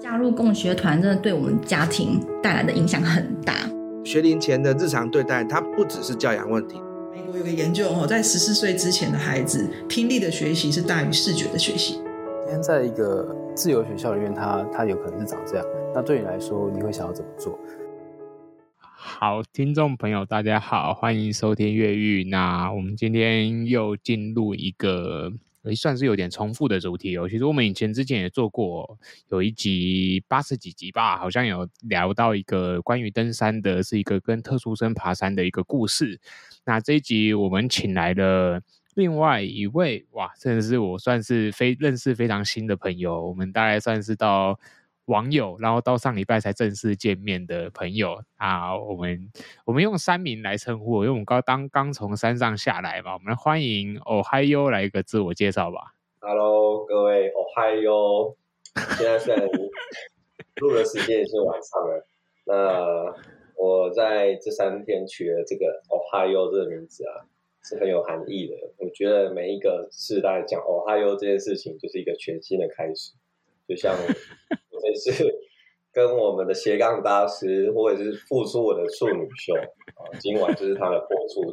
加入共学团真的对我们家庭带来的影响很大。 学龄前的日常对待，它不只是教养问题。 美国有个研究，在14岁之前的孩子，听力的学习是大于视觉的学习。 今天在一个自由学校里面，它有可能是长这样，那对你来说，你会想要怎么做？ 好，听众朋友大家好，欢迎收听越狱。那我们今天又进入一个算是有点重复的主题哦。其实我们之前也做过，有一集80几集吧，好像有聊到一个关于登山的，是一个跟特殊生爬山的一个故事。那这一集我们请来了另外一位，哇，真的是我算是认识非常新的朋友，我们大概算是到网友，然后到上礼拜才正式见面的朋友啊，我们用山民来称呼，因为我们刚从山上下来嘛，我们欢迎 Ohio 来一个自我介绍吧。 Hello， 各位 Ohio， 现在虽然录的时间也是晚上了，那我在这3天取了这个 Ohio 这个名字啊，是很有含义的。我觉得每一个世代讲 Ohio 这件事情，就是一个全新的开始，就像这次跟我们的斜杠大师，或者是复出我的处女秀今晚就是他的播出。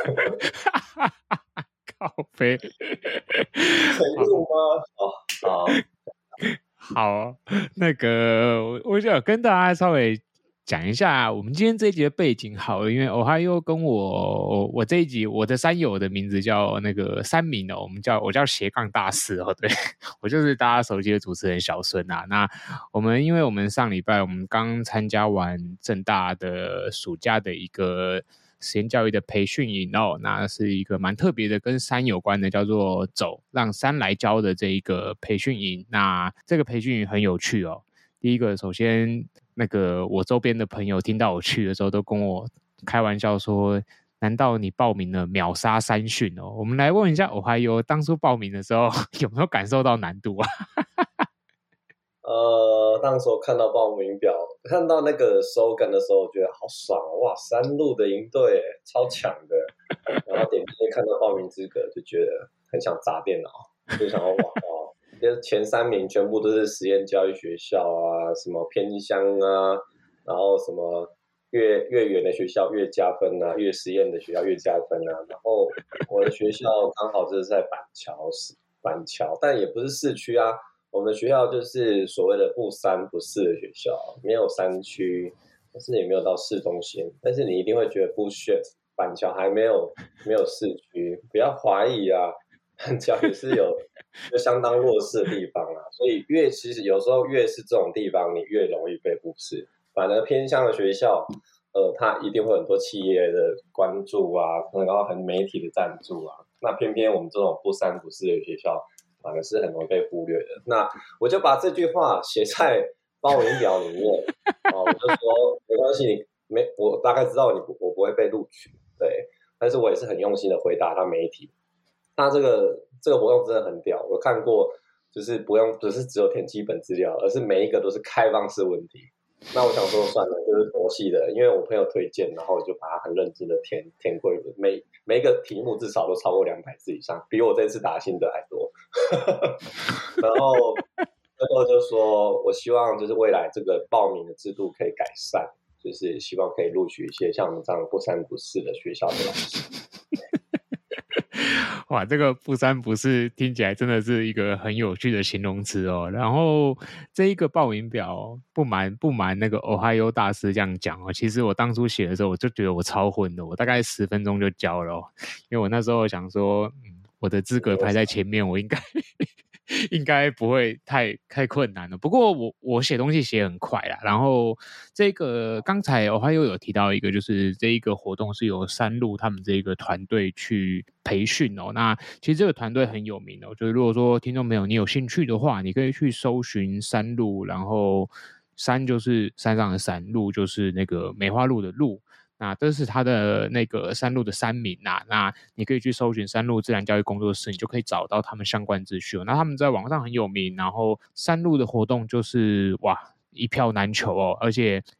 靠北， 可以录吗？ 好，那个我想跟大家稍微讲一下我们今天这一集的背景好了，因为 Ohio 跟我这一集我的山友的名字叫那个山民哦，我叫斜杠大师哦，对，我就是大家熟悉的主持人小孙啊。那因为我们上礼拜我们刚参加完政大的暑假的一个实验教育的培训营哦，那是一个蛮特别的跟山有关的，叫做走让山来教的这一个培训营。那这个培训营很有趣哦。第一个，首先那个我周边的朋友听到我去的时候都跟我开玩笑说，难道你报名了秒杀山训哦？我们来问一下Ohio，当初报名的时候有没有感受到难度啊？ 当时我看到报名表，看到那个slogan的时候，我觉得好爽哦！哇，山路的营队超强的。然后点进去看到报名资格，就觉得很想砸电脑，就想说哇，前3名全部都是实验教育学校啊，什么偏乡啊，然后什么越远的学校越加分啊，越实验的学校越加分啊。然后我的学校刚好就是在板桥，但也不是市区啊。我们的学校就是所谓的不三不四的学校，没有山区，但是也没有到市中心。但是你一定会觉得 bullshit， 板桥还没有市区，不要怀疑啊，板桥也是有相当弱势的地方啊。所以其实有时候越是这种地方，你越容易被忽视。反而偏向的学校，它一定会有很多企业的关注啊，然后很媒体的赞助啊。那偏偏我们这种不三不四的学校，反而是很容易被忽略的。那我就把这句话写在报名表里面，我就说没关系，我大概知道我不会被录取，对，但是我也是很用心的回答他媒体。他这个活动真的很屌，我看过，就是不是只有填基本资料，而是每一个都是开放式问题。那我想说算了，就是佛系的，因为我朋友推荐，然后我就把它很认真的填过每一个题目至少都超过200字以上，比我这次打心得还多。然后最后就说我希望就是未来这个报名的制度可以改善，就是希望可以录取一些像我们这样不三不四的学校的老师。 哇，这个不三不四听起来真的是一个很有趣的形容词哦。然后这一个报名表不瞒那个 Ohio 大师这样讲哦，其实我当初写的时候我就觉得我超混的，我大概10分钟就交了哦，因为我那时候想说，我的资格排在前面，我应该不会太困难了。不过我写东西写很快啦。然后这个刚才Ohio有提到一个，就是这一个活动是由山路他们这个团队去培训哦。那其实这个团队很有名哦，就是如果说听众朋友你有兴趣的话，你可以去搜寻山路，然后山就是山上的山，路就是那个梅花鹿的鹿。那这是他的那个山路的山名啊，那你可以去搜寻山路自然教育工作室，你就可以找到他们相关资讯。那他们在网上很有名，然后山路的活动就是哇一票难求哦，而且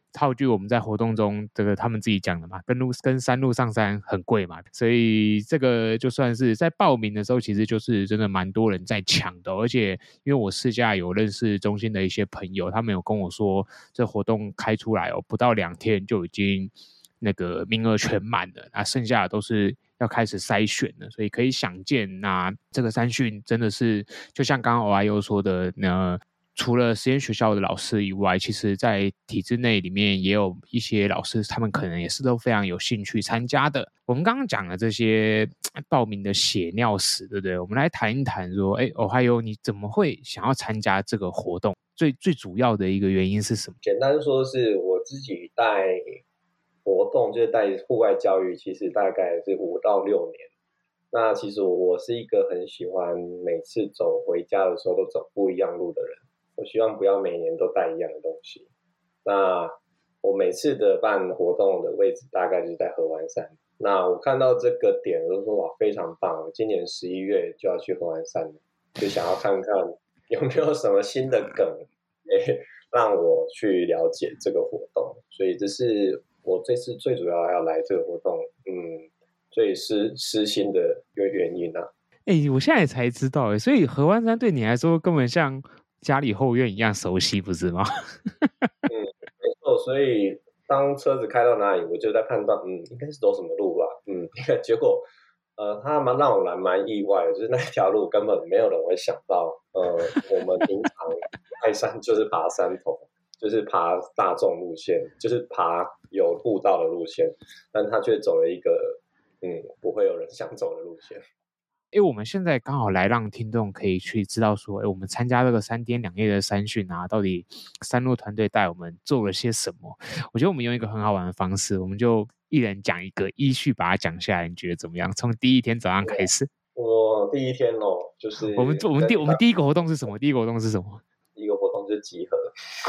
套句我们在活动中这个他们自己讲的嘛，跟山路上山很贵嘛，所以这个就算是在报名的时候，其实就是真的蛮多人在抢的，而且因为我私下有认识中心的一些朋友，他们有跟我说，这活动开出来不到2天就已经那个名额全满了，那剩下的都是要开始筛选了，所以可以想见，那这个三训真的是就像刚刚 OIO 说的呢。除了实验学校的老师以外，其实在体制内里面也有一些老师，他们可能也是都非常有兴趣参加的。我们刚刚讲了这些报名的血尿史，对不对？我们来谈一谈说，OIO 你怎么会想要参加这个活动？最主要的一个原因是什么？ 简单说是我自己带活动，就是带户外教育，其实大概是5到6年。那其实我是一个很喜欢每次走回家的时候都走不一样路的人。我希望不要每年都带一样的东西。那我每次的办活动的位置大概就是在合欢山。那我看到这个点，我就说哇，非常棒！今年11月就要去合欢山了，就想要看看有没有什么新的梗，让我去了解这个活动。所以这是我这次最主要要来这个活动，最私心的一个原因啊。 我现在才知道所以合欢山对你来说根本像家里后院一样熟悉，不是吗？ 没错。所以当车子开到哪里，我就在判断，应该是走什么路吧。结果，他让我蛮意外的，就是那条路根本没有人会想到。我们平常泰山就是爬山头，就是爬大众路线，就是爬有步道的路线，但他却走了一个，不会有人想走的路线。 我们现在刚好来让听众可以去知道说，我们参加这个3天2夜的山训啊，到底山路团队带我们做了些什么？我觉得我们用一个很好玩的方式，我们就一人讲一个，依序把它讲下来，你觉得怎么样？从第一天早上开始。 我第一天就是我们第一个活动是什么？第一个活动就是集合。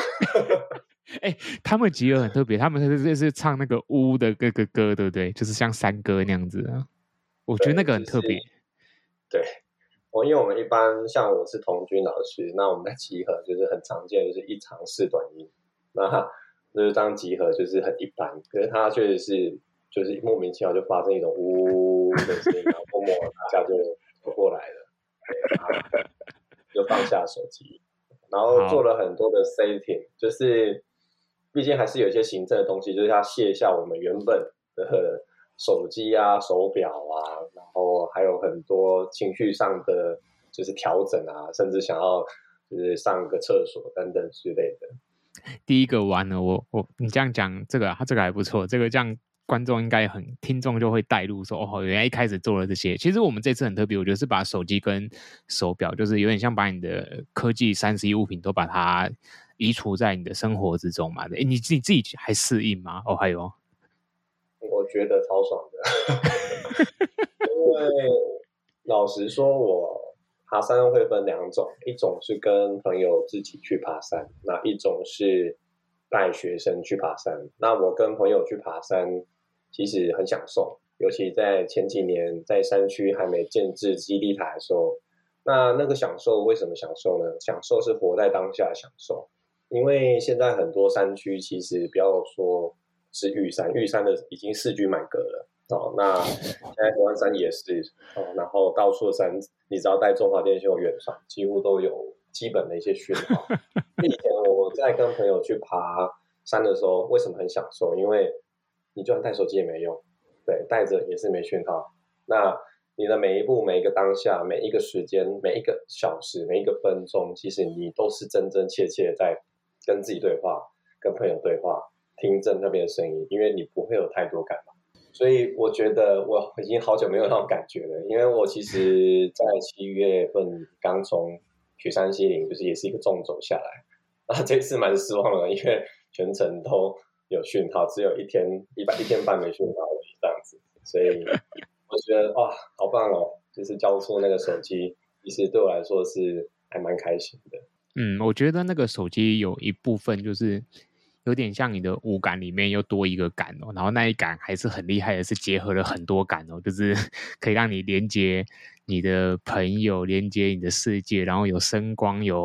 他们集合很特别，他们是唱那个呜的歌，对不对？就是像山歌那样子啊。我觉得那个很特别。 对，因为我们一般像我是童军老师，那我们在集合就是很常见，就是一长4短音，那就是当集合就是很一般，可是它确实是就是莫名其妙就发生一种呜的声音，然后默默大家就走过来了，就放下手机，然后做了很多的 setting， 就是毕竟还是有一些行政的东西，就是要卸下我们原本的手机啊、手表啊，然后还有很多情绪上的就是调整啊，甚至想要就是上个厕所等等之类的。 第一个完了，你这样讲这个还不错，这个这样观众应该听众就会带入说原来一开始做了这些。其实我们这次很特别，我觉得是把手机跟手表，就是有点像把你的科技31物品都把它移除在你的生活之中嘛。你自己还适应吗？还有。 我觉得超爽的，因为老实说，我爬山会分2种，一种是跟朋友自己去爬山，那一种是带学生去爬山。那我跟朋友去爬山，其实很享受，尤其在前几年在山区还没建置基地台的时候，那个享受为什么享受呢？享受是活在当下的享受，因为现在很多山区其实不要说是玉山的已经4G 满格了那现在合欢山也是然后到处的山，你只要带中华电信或远传，几乎都有基本的一些讯号。以前我在跟朋友去爬山的时候，为什么很享受？因为你就算带手机也没用，对，带着也是没讯号。那你的每一步、每一个当下、每一个时间、每一个小时、每一个分钟，其实你都是真真切切在跟自己对话，跟朋友对话。听正那边的声音，因为你不会有太多感嘛，所以我觉得我已经好久没有那种感觉了。因为我其实在7月份刚从雪山西岭，就是也是一个纵走下来，这次蛮失望的，因为全程都有讯号，只有1天半没讯号这样子，所以我觉得哇，好棒哦！就是交出那个手机，其实对我来说是还蛮开心的。 我觉得那个手机有一部分就是有点像你的五感里面又多一个感然后那一感还是很厉害的，是结合了很多感就是可以让你连接你的朋友，连接你的世界，然后有声光，有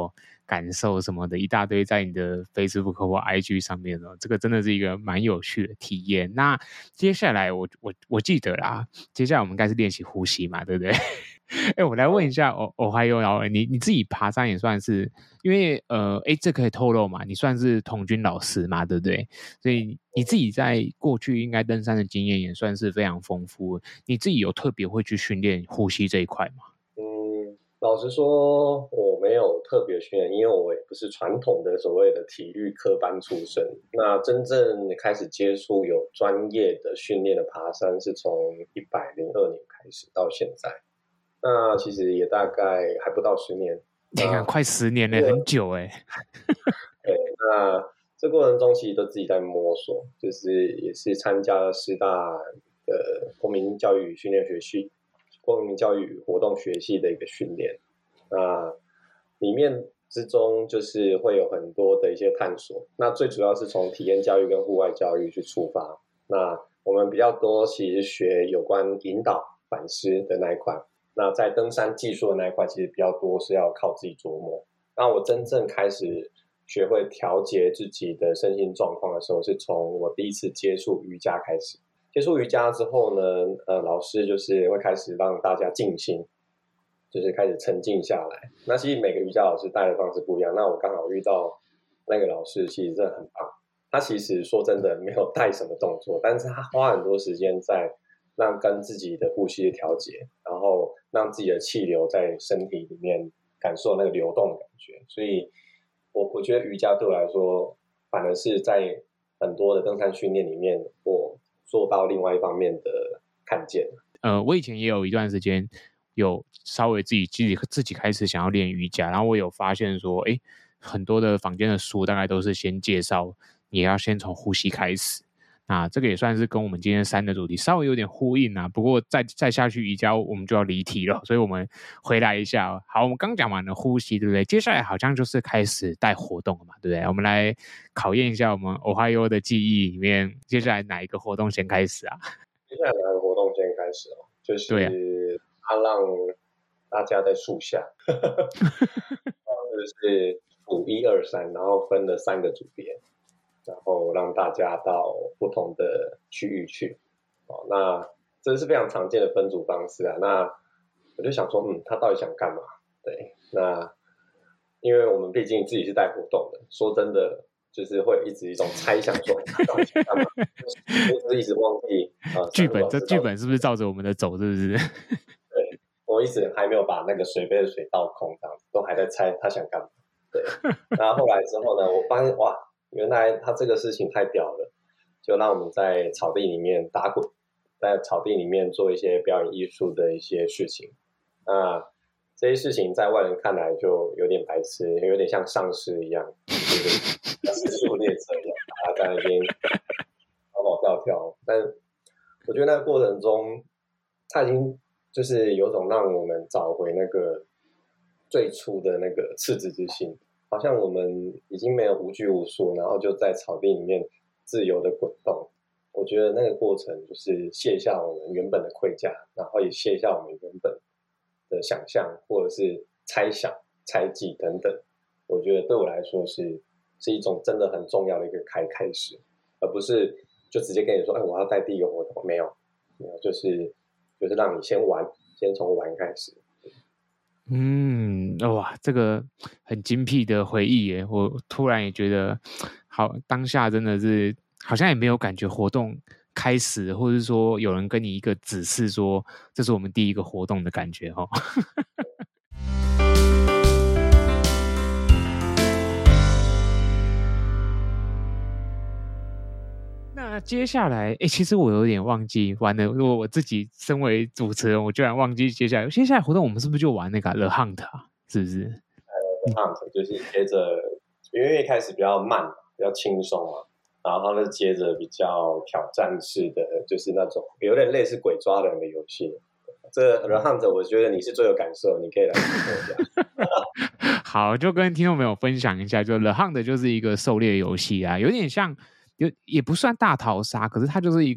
感受什么的一大堆在你的 Facebook 或 IG 上面哦，这个真的是一个蛮有趣的体验。那接下来我记得啦，接下来我们应该是练习呼吸嘛，对不对？我来问一下Ohio老人，你自己爬山也算是，因为这可以透露嘛，你算是童军老师嘛，对不对？所以你自己在过去应该登山的经验也算是非常丰富，你自己有特别会去训练呼吸这一块吗？ 老实说，我没有特别训练，因为我也不是传统的所谓的体育科班出身。那真正开始接触有专业的训练的爬山，是从102年开始到现在。那其实也大概还不到10年。 你看，快10年了，很久哎。 对，那这过程中其实都自己在摸索，就是也是参加了师大的国民教育训练学系。公民教育活动学系的一个训练，那里面之中就是会有很多的一些探索。那最主要是从体验教育跟户外教育去出发。那我们比较多其实学有关引导反思的那一块。那在登山技术的那一块，其实比较多是要靠自己琢磨。那我真正开始学会调节自己的身心状况的时候，是从我第一次接触瑜伽开始。接触瑜伽之后呢，老师就是会开始让大家静心，就是开始沉静下来。那其实每个瑜伽老师带的方式不一样，那我刚好遇到那个老师，其实真的很棒。他其实说真的没有带什么动作，但是他花很多时间在让跟自己的呼吸的调节，然后让自己的气流在身体里面感受那个流动的感觉。所以我觉得瑜伽对我来说，反而是在很多的登山训练里面，我做到另外一方面的看见。 我以前也有一段时间有稍微自己开始想要练瑜伽，然后我有发现说，很多的坊间的书大概都是先介绍你要先从呼吸开始。那这个也算是跟我们今天山的主题稍微有点呼应啊，不过再下去瑜伽我们就要离题了，所以我们回来一下。好，我们刚讲完了呼吸，对不对？接下来好像就是开始带活动了嘛，对不对？我们来考验一下我们 Ohio 的记忆里面，接下来哪一个活动先开始啊？ 接下来哪个活动先开始哦？就是他让大家在树下，就是数1、2、3，然后分了3个组别。然后让大家到不同的区域去，那这是非常常见的分组方式啊。那我就想说，他到底想干嘛？对，那因为我们毕竟自己是带活动的，说真的，就是会有一种猜想说，他到底想干嘛？就是一直忘记剧本是不是照着我们的走？是不是？ 对，我一直还没有把那个水杯的水倒空，这样子都还在猜他想干嘛。对，然后后来之后呢，我发现哇。原来他这个事情太屌了，就让我们在草地里面打滚，在草地里面做一些表演艺术的一些事情。那这些事情在外人看来就有点白痴，有点像丧尸一样，就是失速列车一样，大家在那边跑跑跳跳。但我觉得那个过程中，他已经就是有种让我们找回那个最初的那个赤子之心。好像我们已经没有无拘无束，然后就在草地里面自由的滚动。我觉得那个过程就是卸下我们原本的盔甲，然后也卸下我们原本的想象或者是猜想、猜忌等等。我觉得对我来说是一种真的很重要的一个开始，而不是就直接跟你说，我要带第一个活动，没有，就是让你先玩，先从玩开始。 哇，这个很精辟的回忆耶！我突然也觉得，好，当下真的是好像也没有感觉活动开始，或者是说有人跟你一个指示说这是我们第一个活动的感觉哦。那接下来，其实我有点忘记完了。如果我自己身为主持人，我居然忘记接下来活动，我们是不是就玩那个 The Hunt 啊？是不是 ？The Hunt 就是接着，因为一开始比较慢，比较轻松嘛，然后呢接着比较挑战式的，就是那种有点类似鬼抓人的游戏。这 The Hunt 我觉得你是最有感受，你可以来说一下。 好，就跟听众朋友分享一下，就 The Hunt 就是一个狩猎游戏啊，有点像。也不算大逃杀，可是它就是一个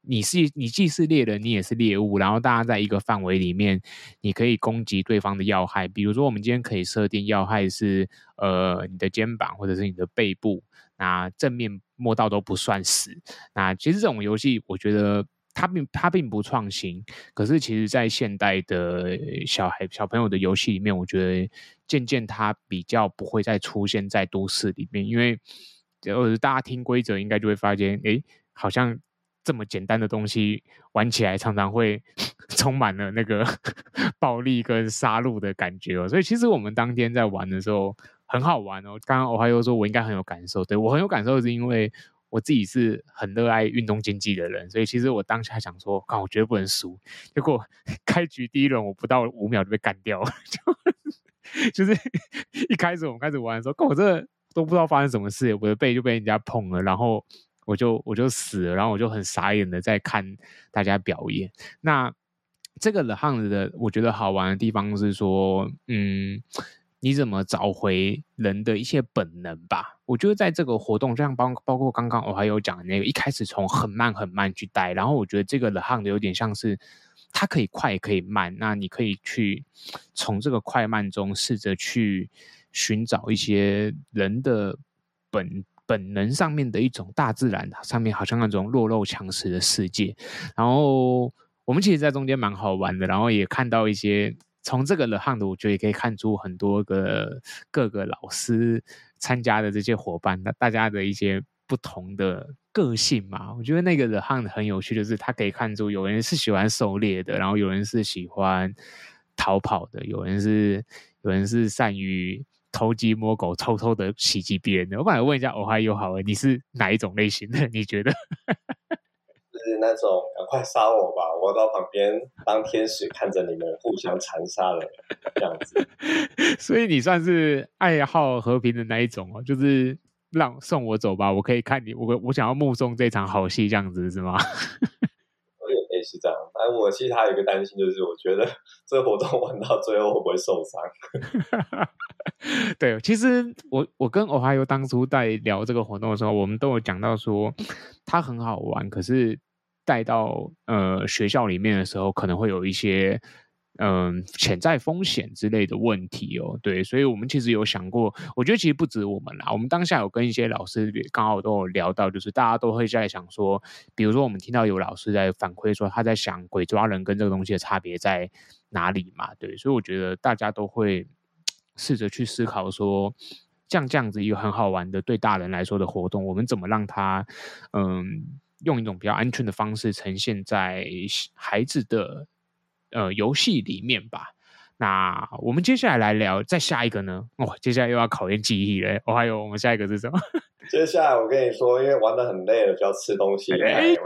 你既是猎人，你也是猎物，然后大家在一个范围里面，你可以攻击对方的要害。比如说，我们今天可以设定要害是你的肩膀或者是你的背部，那正面摸到都不算死。那其实这种游戏，我觉得它并不创新，可是其实在现代的小朋友的游戏里面，我觉得渐渐它比较不会再出现在都市里面，因为大家听规则应该就会发现，好像这么简单的东西玩起来常常会充满了那个暴力跟杀戮的感觉哦。所以其实我们当天在玩的时候很好玩哦。刚刚我还有说我应该很有感受，对，我很有感受是因为我自己是很热爱运动竞技的人，所以其实我当下想说，我绝对不能输。结果开局第一轮我不到5秒就被干掉了，就是一开始我们开始玩的时候，我真的都不知道发生什么事，我的背就被人家碰了，然后我就死了，然后我就很傻眼的在看大家表演。那这个 The Hunt 的我觉得好玩的地方是说，你怎么找回人的一些本能吧？我觉得在这个活动，像包括刚刚我还有讲的那个，一开始从很慢很慢去带，然后我觉得这个 The Hunt 有点像是它可以快也可以慢，那你可以去从这个快慢中试着去寻找一些人的本能上面的一种大自然上面好像那种弱肉强食的世界。然后我们其实在中间蛮好玩的，然后也看到一些从这个 The Hunt 我觉得也可以看出很多各个老师参加的这些伙伴大家的一些不同的个性嘛。我觉得那个 The Hunt 很有趣，就是他可以看出有人是喜欢狩猎的，然后有人是喜欢逃跑的，有人是善于偷鸡摸狗偷偷的袭击别人的。我本来问一下Ohio好了，你是哪一种类型的？你觉得？ 就是那种赶快杀我吧，我到旁边当天使看着你们互相残杀了这样子。 所以你算是爱好和平的那一种哦，就是送我走吧，我可以看你，我想要目送这场好戏这样子是吗？ 有点类似这样，但我其实还有一个担心，就是我觉得这个活动玩到最后会不会受伤？ 对，其实我跟Ohio当初在聊这个活动的时候，我们都有讲到说它很好玩，可是带到学校里面的时候，可能会有一些潜在风险之类的问题哦。对，所以我们其实有想过，我觉得其实不止我们啦，我们当下有跟一些老师刚好都有聊到，就是大家都会在想说，比如说我们听到有老师在反馈说他在想鬼抓人跟这个东西的差别在哪里嘛。对，所以我觉得大家都会试着去思考说，像这样子一个很好玩的对大人来说的活动，我们怎么让它用一种比较安全的方式呈现在孩子的游戏里面吧。那我们接下来聊再下一个呢？接下来又要考验记忆了。还有我们下一个是什么？ 接下来我跟你说，因为玩得很累了，就要吃东西。 对。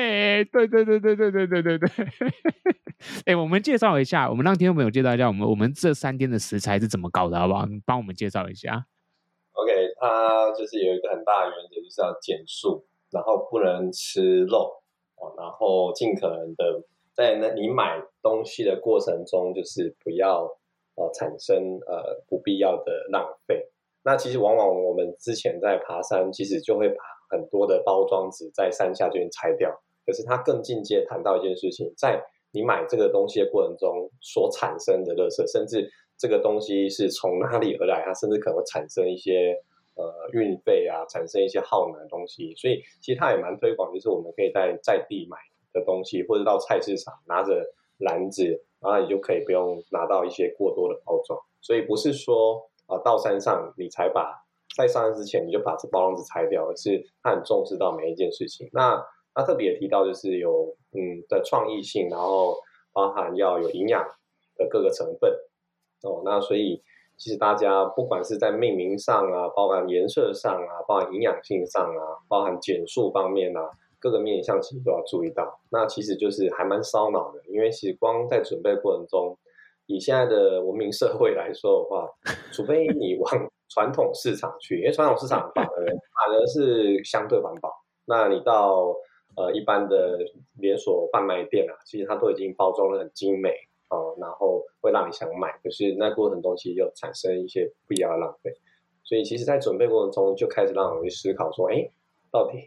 我们介绍一下，我们让听众朋友介绍一下我们这3天的食材是怎么搞的，好不好？你帮我们介绍一下。 OK， 它就是有一个很大的原则，就是要减速，然后不能吃肉，然后尽可能的在你买东西的过程中，就是不要产生不必要的浪费。那其实往往我们之前在爬山，其实就会把很多的包装纸在山下就已经拆掉。可是它更进阶谈到一件事情，在你买这个东西的过程中所产生的垃圾，甚至这个东西是从哪里而来，它甚至可能会产生一些运费啊，产生一些耗能的东西。所以其实它也蛮推广，就是我们可以在地买的东西，或者到菜市场拿着篮子，然后你就可以不用拿到一些过多的包装。所以不是说到山上你才在上山之前你就把这包装纸拆掉，而是他很重视到每一件事情。那他特别提到就是有的创意性，然后包含要有营养的各个成分那所以其实大家不管是在命名上啊，包含颜色上啊，包含营养性上啊，包含减速方面啊，各个面向其实都要注意到。那其实就是还蛮烧脑的，因为其实光在准备过程中，以现在的文明社会来说的话，除非你往传统市场去，因为传统市场反而是相对环保。那你到一般的连锁贩卖店啊，其实它都已经包装得很精美然后会让你想买，可是那过程中其实又产生一些不必要的浪费。所以其实在准备过程中就开始让我去思考说，到底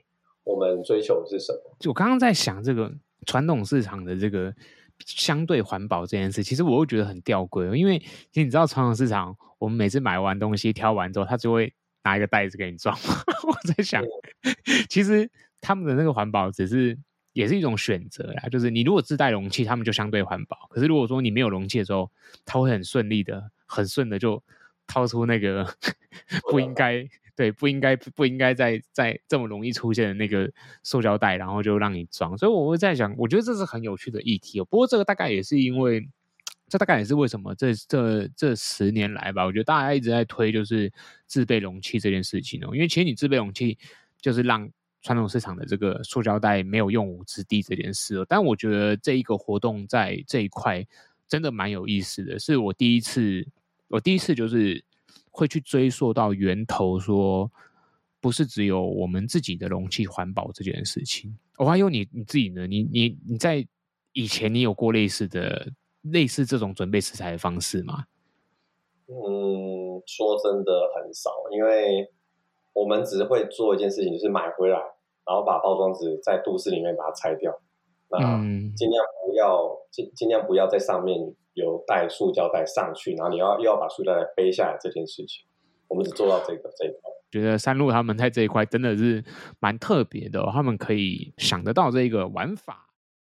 我们追求的是什么？ 就我刚刚在想这个传统市场的这个相对环保这件事，其实我会觉得很吊诡，因为其实你知道传统市场，我们每次买完东西挑完之后，他就会拿一个袋子给你装。我在想，其实他们的那个环保也是一种选择啦，就是你如果自带容器，他们就相对环保。可是如果说你没有容器的时候，他会很顺的就掏出那个不应该在这么容易出现的那个塑胶袋，然后就让你装。所以我会在想，我觉得这是很有趣的议题哦。不过这个大概也是为什么这10年来吧，我觉得大家一直在推就是自备容器这件事情哦。因为其实你自备容器就是让传统市场的这个塑胶袋没有用武之地这件事哦。但我觉得这一个活动在这一块真的蛮有意思的，是我第一次就是会去追溯到源头，说不是只有我们自己的容器环保这件事情。还有你自己呢？你在以前你有过类似这种准备食材的方式吗？ 说真的很少，因为我们只会做一件事情，就是买回来，然后把包装纸在都市里面把它拆掉，那尽量不要在上面有带塑胶袋上去，然后你又要把塑胶袋背下来这件事情，我们只做到这一块。 觉得山路他们在这一块真的是蛮特别的哦，他们可以想得到这个玩法。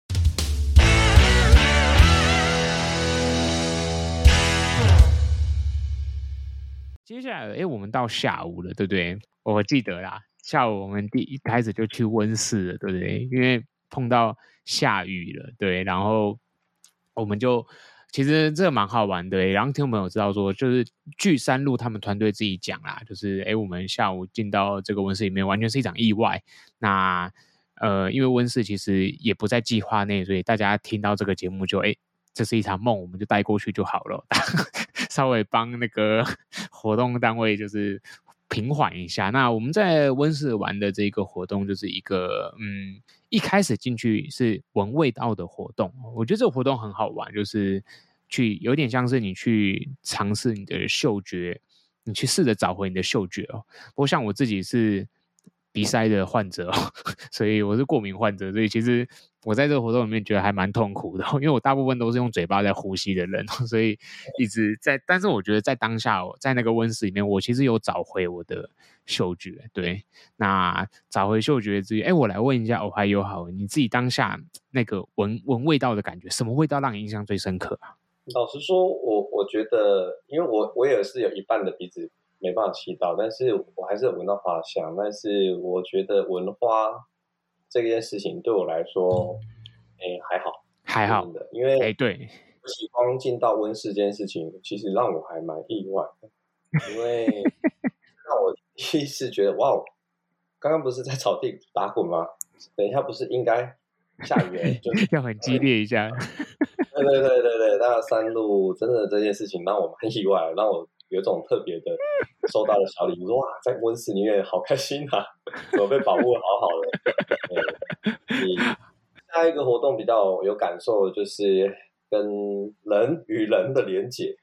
接下来我们到下午了，对不对？我记得啦，下午我们一开始就去温室了，对不对？因为碰到下雨了，对，然后我们就其实这个蛮好玩的，然后听众朋友知道说，就是据山路他们团队自己讲啦，就是我们下午进到这个温室里面，完全是一场意外。那因为温室其实也不在计划内，所以大家听到这个节目就这是一场梦，我们就带过去就好了，稍微帮那个活动单位就是平缓一下。那我们在温室玩的这个活动就是一个一开始进去是闻味道的活动，我觉得这个活动很好玩，就是有点像是你去尝试你的嗅觉，你去试着找回你的嗅觉哦。不过像我自己是鼻塞的患者所以我是过敏患者，所以其实我在这个活动里面觉得还蛮痛苦的，因为我大部分都是用嘴巴在呼吸的人，所以一直但是我觉得在当下在那个温室里面，我其实有找回我的嗅觉。对，那找回嗅觉之余，我来问一下还有好，你自己当下那个闻味道的感觉，什么味道让你印象最深刻啊？ 老实说，我觉得，因为我也是有一半的鼻子没办法吸到，但是我还是有闻到花香。但是我觉得闻花这件事情对我来说，还好的，因为对， 光进到温室这件事情，其实让我还蛮意外的，因为让我第一次觉得哇，刚刚不是在草地打滚吗？等一下不是应该下雨就是要很激烈一下。 对，那山路真的这件事情让我蛮意外，让我有一种特别的收到了小礼物，说哇，在温室里面好开心啊，怎么被保护好好的。你下一个活动比较有感受，就是跟人与人的连结。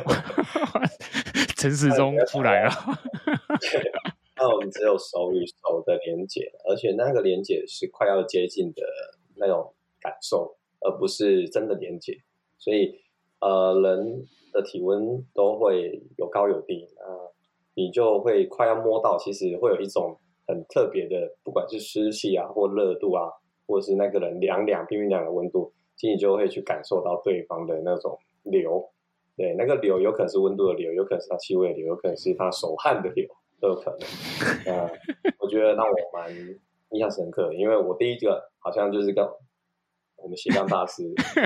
陈时中出来了。 那我们只有手与手的连结，而且那个连结是快要接近的那种感受，而不是真的连结。所以人的体温都会有高有低，你就会快要摸到，其实会有一种很特别的，不管是湿气啊或热度啊，或者是那个人冰冰凉的温度，其实你就会去感受到对方的那种流。对，那个流有可能是温度的流，有可能是他气味的流，有可能是他手汗的流，都有可能。我觉得让我蛮印象深刻的，因为我第一个好像就是跟我们斜杠大师。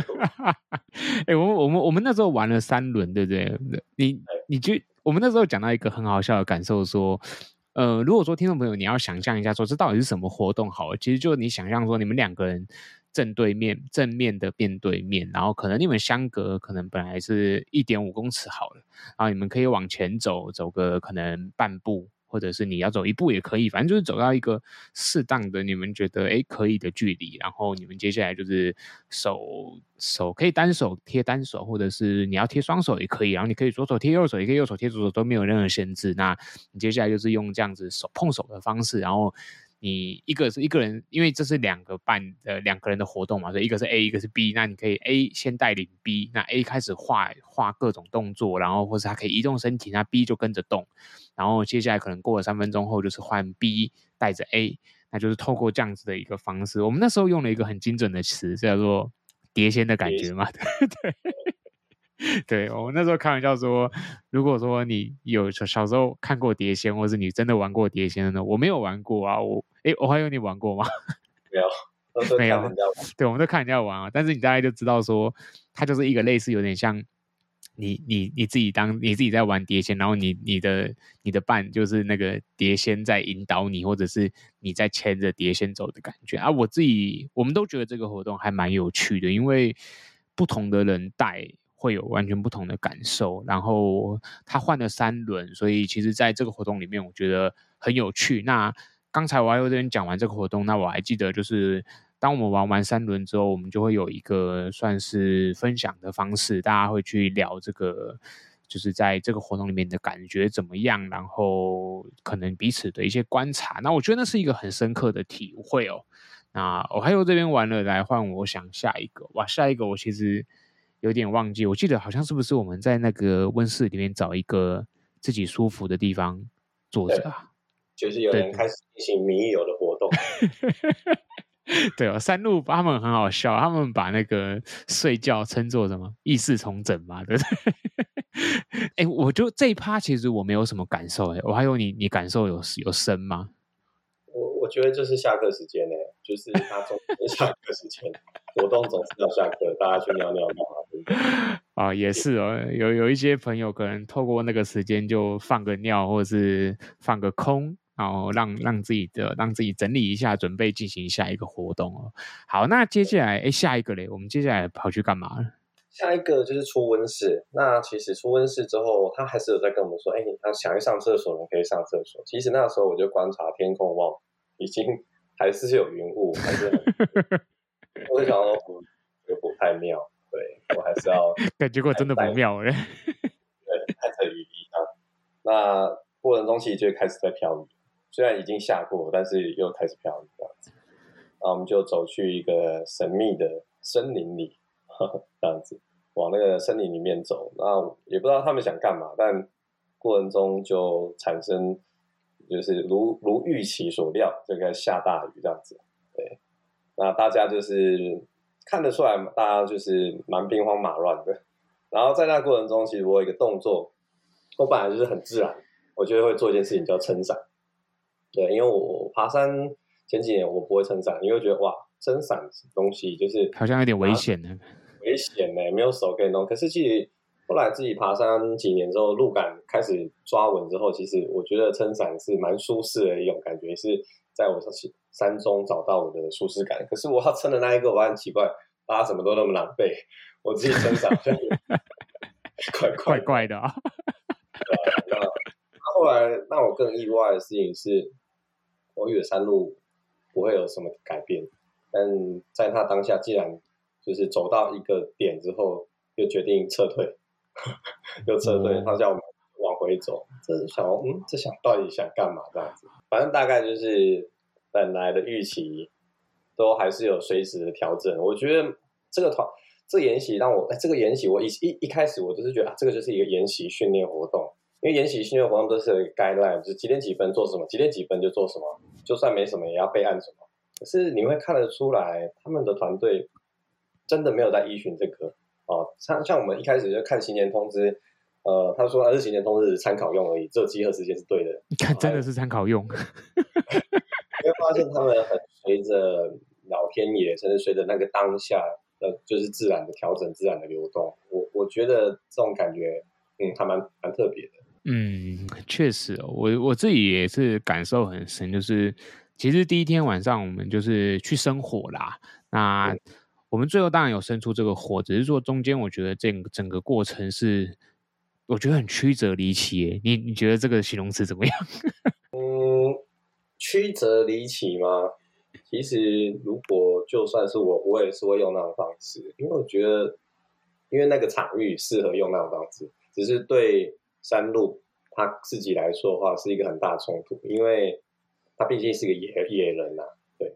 我们那时候玩了3轮，对不对？我们那时候讲到一个很好笑的感受，说，如果说听众朋友你要想象一下，说这到底是什么活动好了，其实就你想象说你们2个人正面的面对面，然后可能你们相隔可能本来是1.5公尺好了，然后你们可以往前走个可能半步，或者是你要走1步也可以，反正就是走到一个适当的你们觉得可以的距离，然后你们接下来就是手可以单手贴单手，或者是你要贴双手也可以，然后你可以左手贴右手，也可以右手贴左手，都没有任何限制。那你接下来就是用这样子手碰手的方式，然后你一个是一个人，因为这是两个人的活动嘛，所以一个是 A， 一个是 B， 那你可以 A 先带领 B， 那 A 开始画各种动作，然后或是他可以移动身体，那 B 就跟着动，然后接下来可能过了3分钟后就是换 B 带着 A， 那就是透过这样子的一个方式。我们那时候用了一个很精准的词，叫做碟仙的感觉嘛，对。对，我们那时候开玩笑说，如果说你有小时候看过碟仙，或是你真的玩过碟仙的呢？我没有玩过啊，我还有你玩过吗？ 没有，没有。 对，我们都看人家玩啊，但是你大概就知道说，它就是一个类似有点像你自己在玩碟仙，然后你的伴就是那个碟仙在引导你，或者是你在牵着碟仙走的感觉啊。我们都觉得这个活动还蛮有趣的，因为不同的人带会有完全不同的感受，然后他换了3轮，所以其实在这个活动里面我觉得很有趣。那刚才我还有这边讲完这个活动，那我还记得就是当我们玩完3轮之后，我们就会有一个算是分享的方式，大家会去聊这个就是在这个活动里面的感觉怎么样，然后可能彼此的一些观察，那我觉得那是一个很深刻的体会哦。那我还有这边玩了，来换我想下一个。哇，下一个我其实有点忘记，我记得好像是不是我们在那个温室里面找一个自己舒服的地方坐着啊？ 就是有人开始进行迷游的活动。 对哦，山路他们很好笑，他们把那个睡觉称作什么意识重整嘛，对不对？我就这一趴其实我没有什么感受，我还有你感受有深吗？ 我觉得就是下课时间就是他中间下课时间，活动总是要下课，大家去尿尿干嘛，对不对？ 啊，也是哦，有一些朋友可能透过那个时间就放个尿，或者是放个空，然后让自己整理一下，准备进行下一个活动哦。好，那接下来下一个嘞，我们接下来跑去干嘛了？ 下一个就是出温室。那其实出温室之后，他还是有在跟我们说，他想要上厕所，你可以上厕所。其实那时候我就观察天空望，已经还是有云雾，还是很我就想说不太妙，对，我还是要结果真的不妙对， 带着雨衣啊。那过程中其实就开始在飘雨，虽然已经下过，但是又开始飘雨这样子。然后我们就走去一个神秘的森林里，这样子往那个森林里面走。那也不知道他们想干嘛，但过程中就产生就是如预期所料，这个下大雨这样子。对，那大家就是看得出来，大家就是蛮兵荒马乱的。然后在那过程中，其实我有一个动作，我本来就是很自然，我觉得会做一件事情叫撑伞。对，因为我爬山前几年我不会撑伞，因为觉得哇，撑伞东西就是好像有点危险呢。 危险呢，没有手可以弄。可是其实后来自己爬山几年之后，路感开始抓稳之后，其实我觉得撑伞是蛮舒适的一种感觉，是在我山中找到我的舒适感。可是我要撑的那一个，我很奇怪，大家什么都那么狼狈，我自己撑伞就怪怪的啊。 那后来让我更意外的事情是，我以为山路不会有什么改变，但在他当下，既然就是走到一个点之后，又决定撤退，又撤退，他叫我们往回走。这想，这到底想干嘛这样子？反正大概就是本来的预期都还是有随时的调整。我觉得这个研习让我，这个研习我一开始我就是觉得这个就是一个研习训练活动，因为研习训练活动都是有一个 guideline， 就是几点几分做什么，几点几分就做什么，就算没什么也要备案什么。可是你会看得出来，他们的团队真的没有在依循这个哦。像我们一开始就看行前通知，他说是行前通知是参考用而已，只有集合时间是对的。 你看，真的是参考用。 你会发现他们很随着老天爷，甚至随着那个当下就是自然的调整、自然的流动。我觉得这种感觉，还蛮特别的。 确实我自己也是感受很深，就是其实第一天晚上我们就是去生火啦。那我们最后当然有生出这个火，只是说中间我觉得整个过程是我觉得很曲折离奇耶。你觉得这个形容词怎么样？ 曲折离奇吗？其实如果就算是我也是会用那种方式，因为我觉得因为那个场域适合用那种方式，只是对山路他自己来说的话是一个很大冲突，因为他毕竟是个野人啊，对。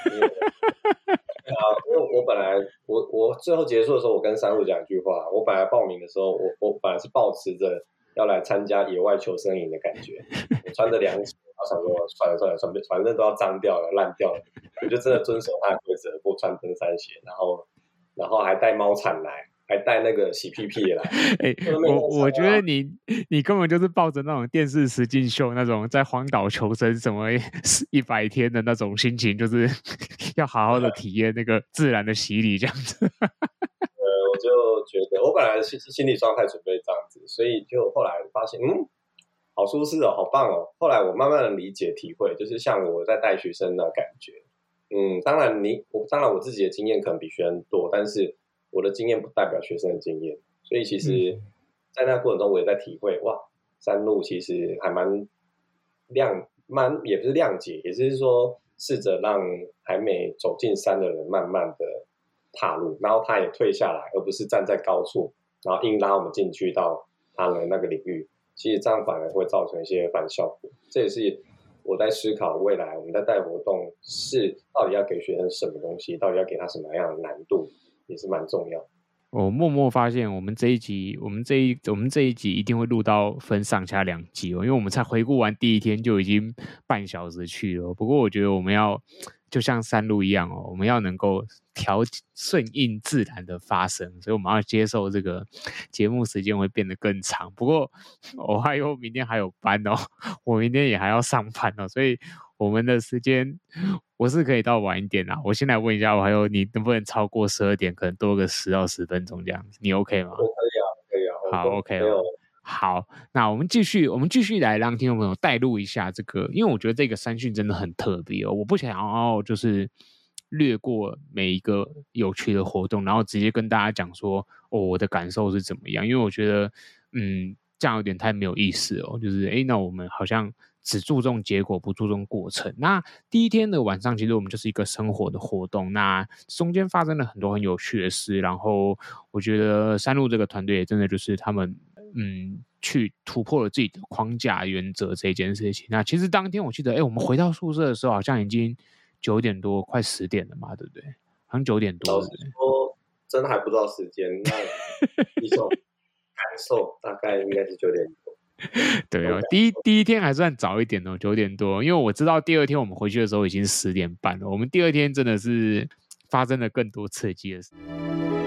因为我本来我最后结束的时候，我跟山路讲一句话，我本来报名的时候，我本来是抱持着要来参加野外求生营的感觉，我穿着凉鞋，然后想说算了，反正都要脏掉了烂掉了，我就真的遵守他的规则，不穿登山鞋，然后还带猫铲来，还带那个洗屁屁来。 我觉得你根本就是抱着那种电视实境秀那种在荒岛求生什么100天的那种心情，就是要好好的体验那个自然的洗礼这样子。 我就觉得我本来心理状态准备这样子，所以就后来发现好舒适哦，好棒哦。后来我慢慢的理解体会，就是像我在带学生的感觉。当然我自己的经验可能比学生多，但是我的经验不代表学生的经验，所以其实在那个过程中我也在体会，哇，山路其实还蛮也不是谅解，也就是说试着让还没走进山的人慢慢的踏入，然后他也退下来，而不是站在高处然后硬拉我们进去到他的那个领域，其实这样反而会造成一些反效果。这也是我在思考未来我们在带活动是到底要给学生什么东西，到底要给他什么样的难度，也是蛮重要的。 我默默发现，我们这一集一定会录到分上下2集哦，因为我们才回顾完第一天就已经半小时去了。不过我觉得我们要就像山路一样哦，我们要能够顺应自然的发生，所以我们要接受这个节目时间会变得更长。不过我还有明天还有班哦，我明天也还要上班哦，所以我们的时间我是可以到晚一点啦。我先来问一下，我还有你能不能超过12点，可能多个10到10分钟这样子，你 OK 吗？ 可以啊。 好 OK 哦。好，那我们继续来让听众朋友带入一下这个，因为我觉得这个山训真的很特别哦，我不想要就是略过每一个有趣的活动，然后直接跟大家讲说我的感受是怎么样，因为我觉得这样有点太没有意思哦，就是那我们好像只注重结果不注重过程。那第一天的晚上其实我们就是一个生活的活动，那中间发生了很多很有趣的事，然后我觉得山路这个团队也真的就是他们去突破了自己的框架原则这件事情。那其实当天我记得我们回到宿舍的时候好像已经9点多快10点了嘛，对不对？好像9点多。 老实说真的还不知道时间，那一种感受大概应该是9点多。 对哦，第一天还算早一点哦，9点多，因为我知道第二天我们回去的时候已经10点半了。我们第二天真的是发生了更多刺激的事。